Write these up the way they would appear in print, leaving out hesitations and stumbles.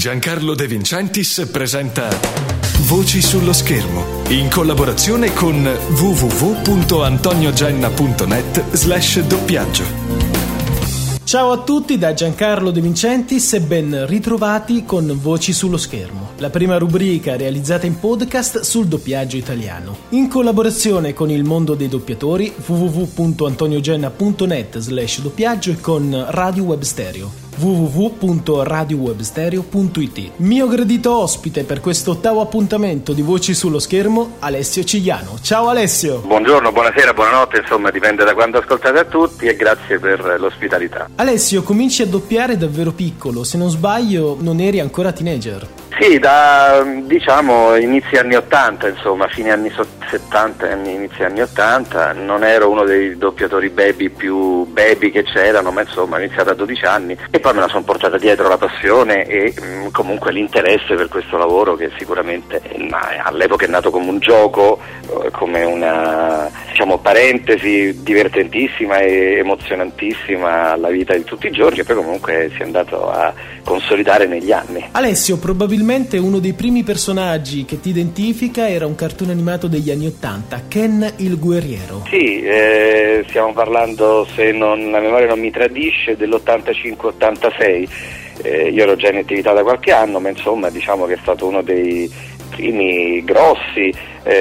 Giancarlo De Vincentis presenta Voci sullo schermo, in collaborazione con www.antoniogenna.net/doppiaggio. Ciao a tutti da Giancarlo De Vincentis e ben ritrovati con Voci sullo schermo, la prima rubrica realizzata in podcast sul doppiaggio italiano. In collaborazione con il mondo dei doppiatori, www.antoniogenna.net/doppiaggio e con Radio Web Stereo, www.radiowebstereo.it. Mio gradito ospite per questo ottavo appuntamento di Voci sullo schermo, Alessio Cigliano. Ciao Alessio! Buongiorno, buonasera, buonanotte, insomma dipende da quando ascoltate a tutti e grazie per l'ospitalità. Alessio, cominci a doppiare davvero piccolo, se non sbaglio non eri ancora teenager. Sì, da diciamo inizi anni 80, insomma, fine anni 70, inizi anni 80, non ero uno dei doppiatori più baby che c'erano, ma insomma ho iniziato a 12 anni e poi me la sono portata dietro la passione e comunque l'interesse per questo lavoro che sicuramente all'epoca è nato come un gioco, come una parentesi divertentissima e emozionantissima alla vita di tutti i giorni e poi comunque si è andato a consolidare negli anni. Alessio, probabilmente uno dei primi personaggi che ti identifica era un cartone animato degli anni 80, Ken il guerriero. Sì, stiamo parlando, se la memoria non mi tradisce, dell'85-86. Io ero già in attività da qualche anno, ma insomma diciamo che è stato uno dei primi grossi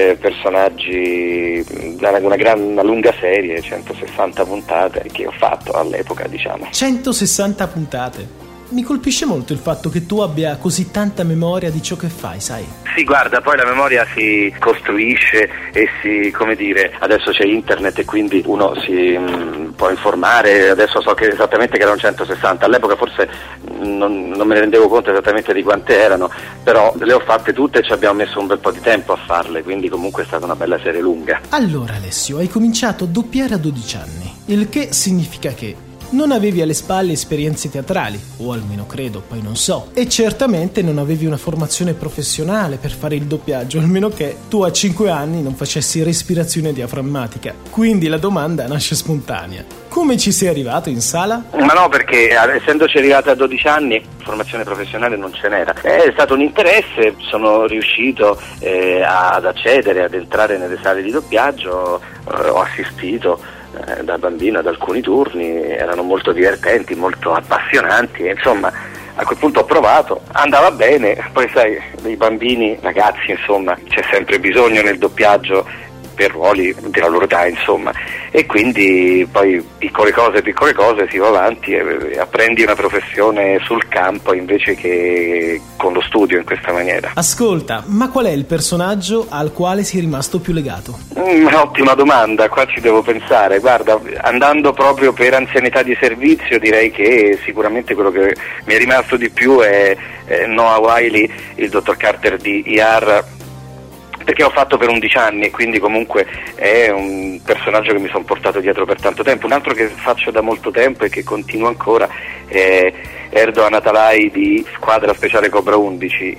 personaggi da una lunga serie, 160 puntate che ho fatto all'epoca, diciamo. 160 puntate? Mi colpisce molto il fatto che tu abbia così tanta memoria di ciò che fai, sai? Sì, guarda, poi la memoria si costruisce e adesso c'è internet e quindi uno si può informare, adesso so che esattamente che erano 160, all'epoca forse non me ne rendevo conto esattamente di quante erano, però le ho fatte tutte e ci abbiamo messo un bel po' di tempo a farle, quindi comunque è stata una bella serie lunga. Allora Alessio, hai cominciato a doppiare a 12 anni, il che significa che non avevi alle spalle esperienze teatrali, o almeno credo, poi non so, e certamente non avevi una formazione professionale per fare il doppiaggio, almeno che tu a 5 anni non facessi respirazione diaframmatica. Quindi la domanda nasce spontanea. Come ci sei arrivato in sala? Ma no, perché essendoci arrivato a 12 anni, formazione professionale non ce n'era. È stato un interesse, sono riuscito ad accedere, ad entrare nelle sale di doppiaggio, ho assistito da bambino ad alcuni turni, erano molto divertenti, molto appassionanti e insomma a quel punto ho provato, andava bene, poi sai, dei bambini, ragazzi, insomma c'è sempre bisogno nel doppiaggio per ruoli della loro età, insomma, e quindi poi piccole cose si va avanti e apprendi una professione sul campo invece che con lo studio in questa maniera. Ascolta, ma qual è il personaggio al quale sei rimasto più legato? Ottima domanda, qua ci devo pensare. Guarda, andando proprio per anzianità di servizio direi che sicuramente quello che mi è rimasto di più è Noah Wiley, il dottor Carter di ER, perché ho fatto per 11 anni e quindi comunque è un personaggio che mi sono portato dietro per tanto tempo. Un altro che faccio da molto tempo e che continuo ancora è Erdogan Atalay di Squadra Speciale Cobra 11,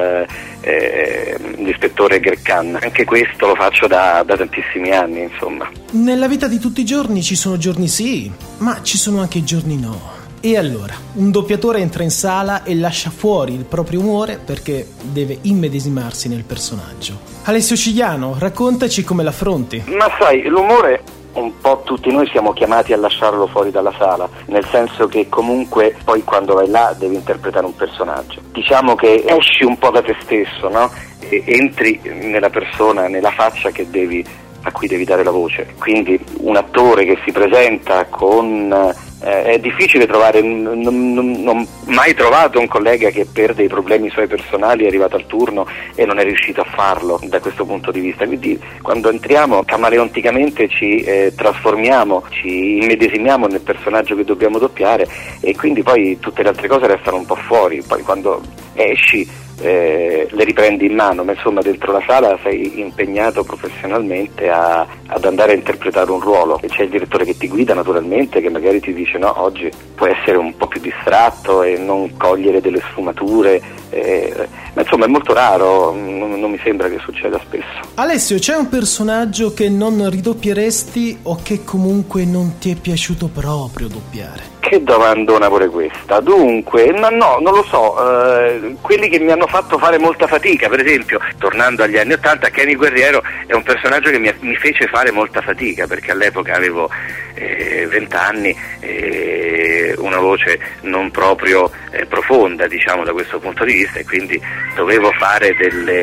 l'ispettore Gerkan. Anche questo lo faccio da tantissimi anni, insomma. Nella vita di tutti i giorni ci sono giorni sì, ma ci sono anche giorni no. E allora, un doppiatore entra in sala e lascia fuori il proprio umore perché deve immedesimarsi nel personaggio. Alessio Cigliano, raccontaci come l'affronti. Ma sai, l'umore un po' tutti noi siamo chiamati a lasciarlo fuori dalla sala, nel senso che comunque poi quando vai là devi interpretare un personaggio. Diciamo che esci un po' da te stesso, no? E entri nella persona, nella faccia a cui devi dare la voce. Quindi un attore che si presenta con è difficile trovare, non ho mai trovato un collega che per dei problemi suoi personali è arrivato al turno e non è riuscito a farlo da questo punto di vista, quindi quando entriamo camaleonticamente ci trasformiamo, ci immedesimiamo nel personaggio che dobbiamo doppiare e quindi poi tutte le altre cose restano un po' fuori, poi quando esci le riprendi in mano, ma insomma dentro la sala sei impegnato professionalmente ad andare a interpretare un ruolo e c'è il direttore che ti guida naturalmente, che magari ti dice no, oggi puoi essere un po' più distratto e non cogliere delle sfumature, ma insomma è molto raro, non mi sembra che succeda spesso. Alessio, c'è un personaggio che non ridoppieresti o che comunque non ti è piaciuto proprio doppiare? che domandona pure questa. Dunque, no, non lo so, quelli che mi hanno fatto fare molta fatica, per esempio, tornando agli anni '80, Kenny Guerriero è un personaggio che mi fece fare molta fatica, perché all'epoca avevo 20 anni e una voce non proprio profonda, diciamo, da questo punto di vista, e quindi dovevo fare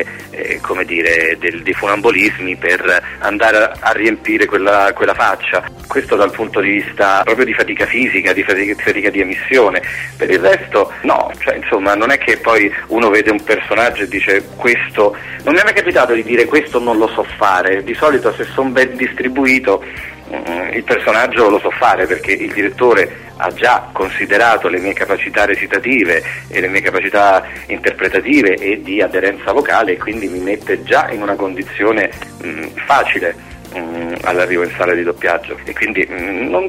dei funambolismi per andare a riempire quella faccia. Questo dal punto di vista proprio di fatica fisica, di fatica di emissione. Per il resto no, cioè insomma non è che poi uno vede un personaggio e dice questo, non mi è mai capitato di dire questo non lo so fare. Di solito, se sono ben distribuito, il personaggio lo so fare, perché il direttore ha già considerato le mie capacità recitative e le mie capacità interpretative e di aderenza vocale, e quindi mi mette già in una condizione facile all'arrivo in sala di doppiaggio, e quindi non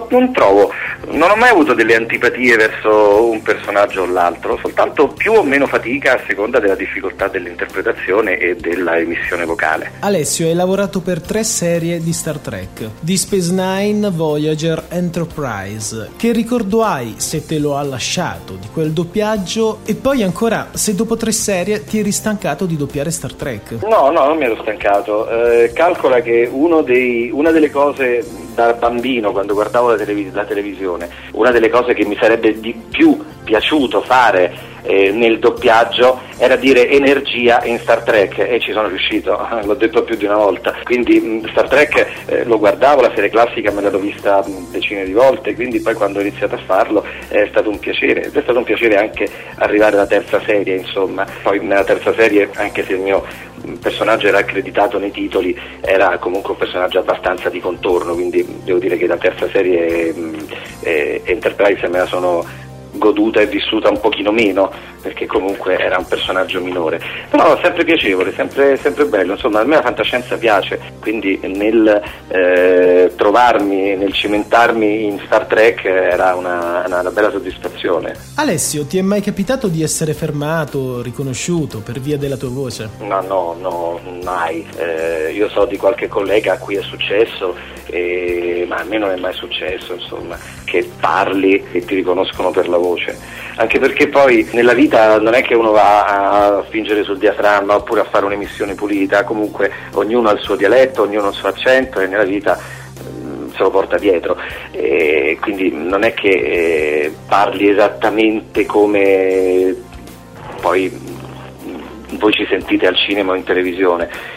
ho mai avuto delle antipatie verso un personaggio o l'altro, soltanto più o meno fatica a seconda della difficoltà dell'interpretazione e della emissione vocale. Alessio, hai lavorato per 3 serie di Star Trek: Deep Space Nine, Voyager, Enterprise. Che ricordo hai, se te lo ha lasciato, di quel doppiaggio? E poi ancora, se dopo 3 serie ti eri stancato di doppiare Star Trek? No, non mi ero stancato. Calcola che una delle cose da bambino, quando guardavo la televisione, una delle cose che mi sarebbe di più piaciuto fare nel doppiaggio era dire energia in Star Trek, e ci sono riuscito, l'ho detto più di una volta. Quindi Star Trek lo guardavo, la serie classica me l'ho vista decine di volte, quindi poi quando ho iniziato a farlo è stato un piacere, ed è stato un piacere anche arrivare alla terza serie, insomma. Poi nella terza serie, anche se il mio personaggio era accreditato nei titoli, era comunque un personaggio abbastanza di contorno, quindi devo dire che la terza serie Enterprise me la sono goduta e vissuta un pochino meno, perché comunque era un personaggio minore, però sempre piacevole, sempre bello. Insomma, a me la fantascienza piace, quindi nel trovarmi, nel cimentarmi in Star Trek era una bella soddisfazione. Alessio, ti è mai capitato di essere fermato, riconosciuto per via della tua voce? No, mai. Io so di qualche collega a cui è successo, ma a me non è mai successo, insomma, che parli e ti riconoscono per la voce, anche perché poi nella vita non è che uno va a spingere sul diaframma oppure a fare un'emissione pulita, comunque ognuno ha il suo dialetto, ognuno ha il suo accento, e nella vita se lo porta dietro, e quindi non è che parli esattamente come poi voi ci sentite al cinema o in televisione.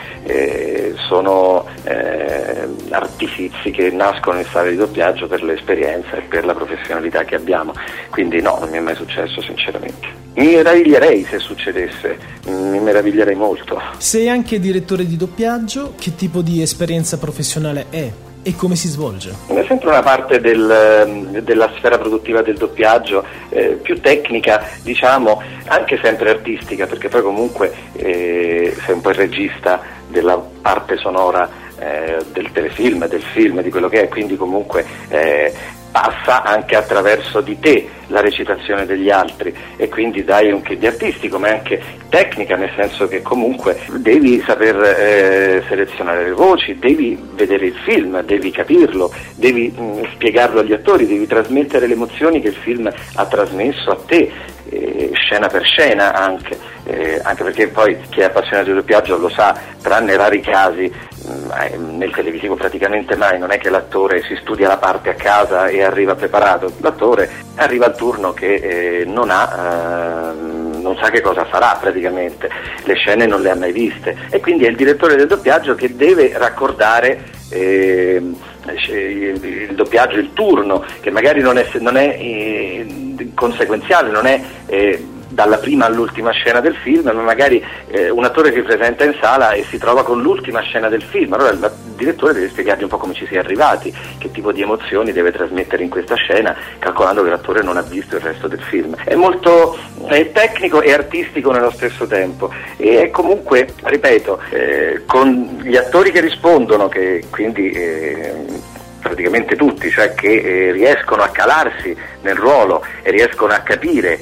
Sono artifizi che nascono in sala di doppiaggio per l'esperienza e per la professionalità che abbiamo, quindi no, non mi è mai successo, sinceramente. Mi meraviglierei se succedesse, mi meraviglierei molto. Sei anche direttore di doppiaggio, che tipo di esperienza professionale è e come si svolge? È sempre una parte della sfera produttiva del doppiaggio, più tecnica, diciamo, anche sempre artistica, perché poi comunque sei un po' il regista della parte sonora del telefilm, del film, di quello che è, quindi comunque passa anche attraverso di te la recitazione degli altri, e quindi dai un che di artistico ma anche tecnica, nel senso che comunque devi saper selezionare le voci, devi vedere il film, devi capirlo, devi spiegarlo agli attori, devi trasmettere le emozioni che il film ha trasmesso a te, scena per scena anche perché poi chi è appassionato di doppiaggio lo sa, tranne rari casi, nel televisivo praticamente mai, non è che l'attore si studia la parte a casa e arriva preparato, l'attore arriva al turno che non sa che cosa farà praticamente, le scene non le ha mai viste, e quindi è il direttore del doppiaggio che deve raccordare il doppiaggio, il turno, che magari non è conseguenziale, non è dalla prima all'ultima scena del film, ma magari un attore si presenta in sala e si trova con l'ultima scena del film, allora il direttore deve spiegargli un po' come ci si è arrivati, che tipo di emozioni deve trasmettere in questa scena, calcolando che l'attore non ha visto il resto del film. È molto tecnico e artistico nello stesso tempo, e è comunque, ripeto, con gli attori che rispondono, che quindi praticamente tutti, cioè che riescono a calarsi nel ruolo e riescono a capire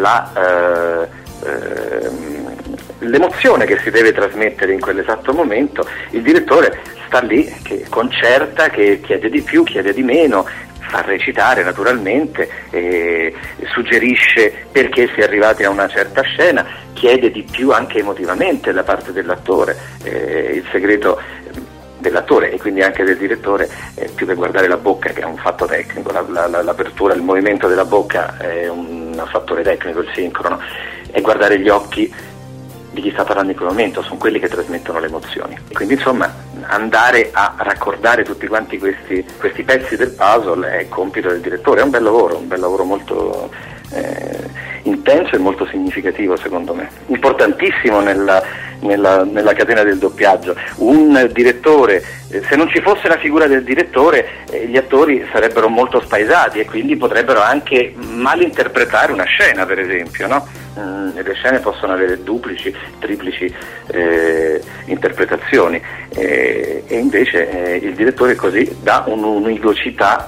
l'emozione che si deve trasmettere in quell'esatto momento, il direttore sta lì che concerta, che chiede di più, chiede di meno, fa recitare naturalmente, suggerisce perché si è arrivati a una certa scena, chiede di più anche emotivamente da parte dell'attore. Il segreto dell'attore e quindi anche del direttore è più che guardare la bocca, che è un fatto tecnico, l'apertura, il movimento della bocca è un fattore tecnico, il sincrono, è guardare gli occhi di chi sta parlando in quel momento, sono quelli che trasmettono le emozioni. Quindi insomma andare a raccordare tutti quanti questi pezzi del puzzle è compito del direttore, è un bel lavoro molto intenso e molto significativo, secondo me, importantissimo nella catena del doppiaggio. Un direttore, se non ci fosse la figura del direttore, gli attori sarebbero molto spaesati e quindi potrebbero anche malinterpretare una scena, per esempio, no? Le scene possono avere duplici, triplici interpretazioni e invece il direttore così dà un'univocità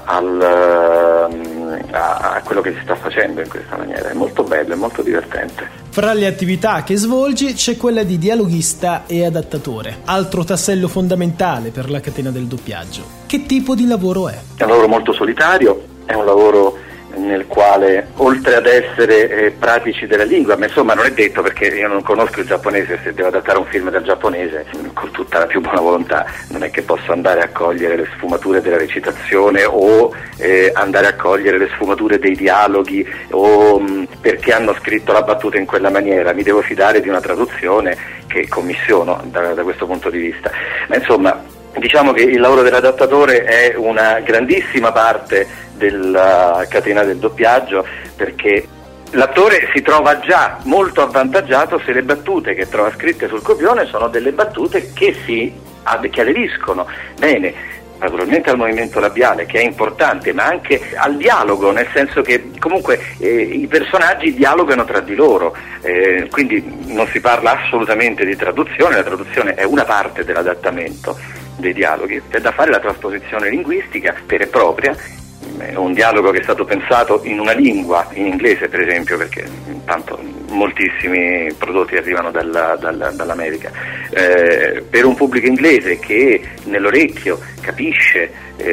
a quello che si sta facendo in questa maniera. È molto bello, è molto divertente. Fra le attività che svolgi c'è quella di dialoghista e adattatore, altro tassello fondamentale per la catena del doppiaggio. Che tipo di lavoro è? È un lavoro molto solitario, è un lavoro nel quale, oltre ad essere pratici della lingua, ma insomma non è detto, perché io non conosco il giapponese, se devo adattare un film dal giapponese con tutta la più buona volontà non è che posso andare a cogliere le sfumature della recitazione o andare a cogliere le sfumature dei dialoghi o perché hanno scritto la battuta in quella maniera. Mi devo fidare di una traduzione che commissiono da questo punto di vista, ma insomma diciamo che il lavoro dell'adattatore è una grandissima parte della catena del doppiaggio, perché l'attore si trova già molto avvantaggiato se le battute che trova scritte sul copione sono delle battute che aderiscono bene naturalmente al movimento labiale, che è importante, ma anche al dialogo, nel senso che comunque i personaggi dialogano tra di loro, quindi non si parla assolutamente di traduzione, la traduzione è una parte dell'adattamento dei dialoghi, è da fare la trasposizione linguistica vera e propria. Un dialogo che è stato pensato in una lingua, in inglese per esempio, perché intanto moltissimi prodotti arrivano dall'America, per un pubblico inglese che nell'orecchio capisce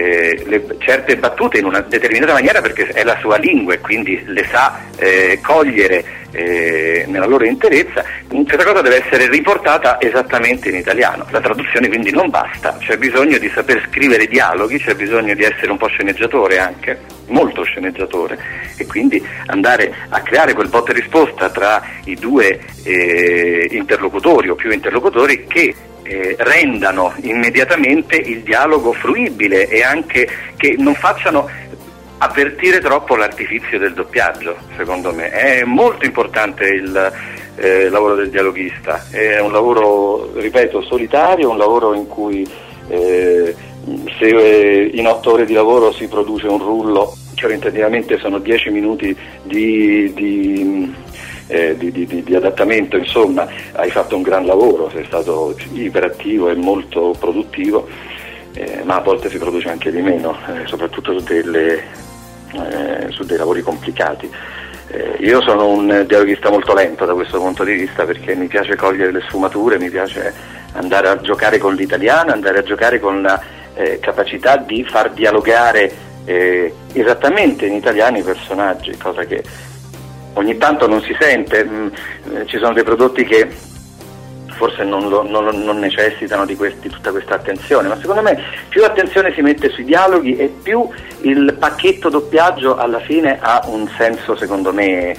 certe battute in una determinata maniera perché è la sua lingua e quindi le sa cogliere nella loro interezza, questa cosa deve essere riportata esattamente in italiano. La traduzione quindi non basta, c'è bisogno di saper scrivere dialoghi, c'è bisogno di essere un po' sceneggiatore anche, molto sceneggiatore, e quindi andare a creare quel botta e risposta tra i due interlocutori o più interlocutori che rendano immediatamente il dialogo fruibile e anche che non facciano avvertire troppo l'artifizio del doppiaggio. Secondo me è molto importante il lavoro del dialoghista, è un lavoro, ripeto, solitario, un lavoro in cui se in 8 ore di lavoro si produce un rullo, che orientativamente sono 10 minuti di adattamento, insomma hai fatto un gran lavoro, sei stato iperattivo e molto produttivo, ma a volte si produce anche di meno, soprattutto su dei lavori complicati. Io sono un dialoghista molto lento da questo punto di vista, perché mi piace cogliere le sfumature, mi piace andare a giocare con l'italiano, andare a giocare con la capacità di far dialogare esattamente in italiano i personaggi, cosa che ogni tanto non si sente. Ci sono dei prodotti che forse non necessitano di tutta questa attenzione, ma secondo me più attenzione si mette sui dialoghi e più il pacchetto doppiaggio alla fine ha un senso, secondo me,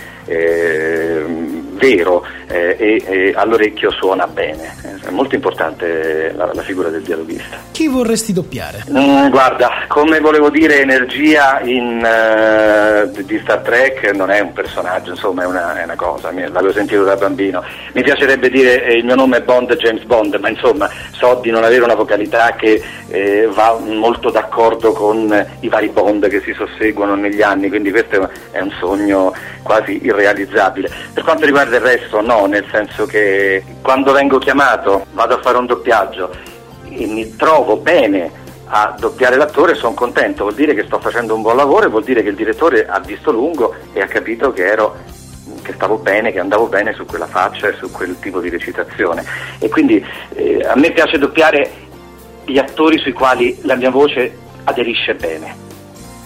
vero, e all'orecchio suona bene. È molto importante la figura del dialoghista. Chi vorresti doppiare? Guarda, come volevo dire Energia di Star Trek non è un personaggio, insomma è una cosa, l'avevo sentito da bambino. Mi piacerebbe dire il mio nome è Bond, James Bond, ma insomma so di non avere una vocalità che va molto d'accordo con i vari Bond che si susseguono negli anni, quindi questo è un sogno quasi irrealizzabile. Per quanto riguarda il resto no, nel senso che quando vengo chiamato, vado a fare un doppiaggio e mi trovo bene a doppiare l'attore, sono contento, vuol dire che sto facendo un buon lavoro e vuol dire che il direttore ha visto lungo e ha capito che stavo bene, che andavo bene su quella faccia e su quel tipo di recitazione. E quindi a me piace doppiare gli attori sui quali la mia voce aderisce bene.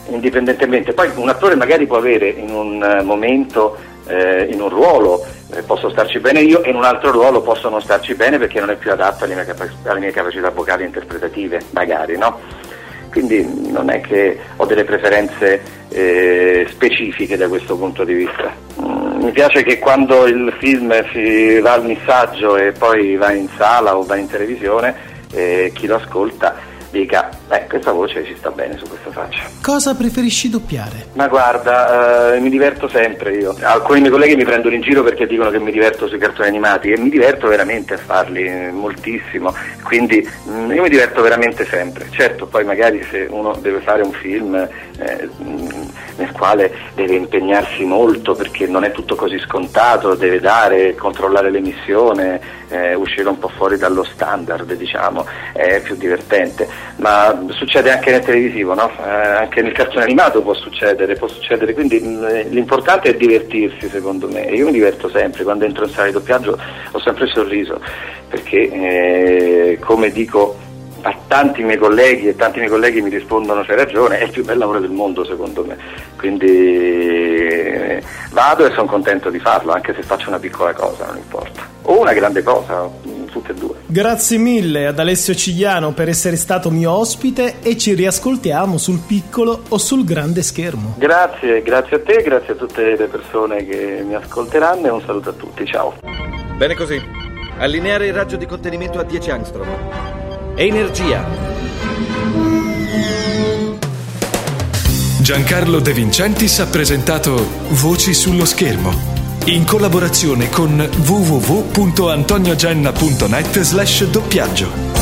indipendentemente. Poi un attore magari può avere in un momento, in un ruolo, posso starci bene io, e in un altro ruolo posso non starci bene perché non è più adatto alle mie capacità vocali interpretative, magari, no? Quindi non è che ho delle preferenze specifiche da questo punto di vista. Mi piace che quando il film si va al missaggio e poi va in sala o va in televisione, chi lo ascolta dica, questa voce ci sta bene su questa faccia. Cosa preferisci doppiare? Ma guarda, mi diverto sempre io. Alcuni miei colleghi mi prendono in giro perché dicono che mi diverto sui cartoni animati, e mi diverto veramente a farli, moltissimo, quindi io mi diverto veramente sempre. Certo, poi magari se uno deve fare un film nel quale deve impegnarsi molto perché non è tutto così scontato, deve controllare l'emissione, uscire un po' fuori dallo standard, diciamo, è più divertente. Ma succede anche nel televisivo, no? Anche nel cartone animato può succedere, quindi l'importante è divertirsi, secondo me, e io mi diverto sempre. Quando entro in sala di doppiaggio ho sempre sorriso, perché come dico a tanti miei colleghi, e tanti miei colleghi mi rispondono c'hai ragione, è il più bel lavoro del mondo, secondo me, quindi vado e sono contento di farlo, anche se faccio una piccola cosa, non importa, o una grande cosa, tutte e due. Grazie mille ad Alessio Cigliano per essere stato mio ospite, e ci riascoltiamo sul piccolo o sul grande schermo. Grazie a te, grazie a tutte le persone che mi ascolteranno, e un saluto a tutti, ciao. Bene così, allineare il raggio di contenimento a 10 angstrom. Energia. Giancarlo De Vincentis ha presentato Voci sullo schermo, in collaborazione con www.antoniogenna.net/doppiaggio.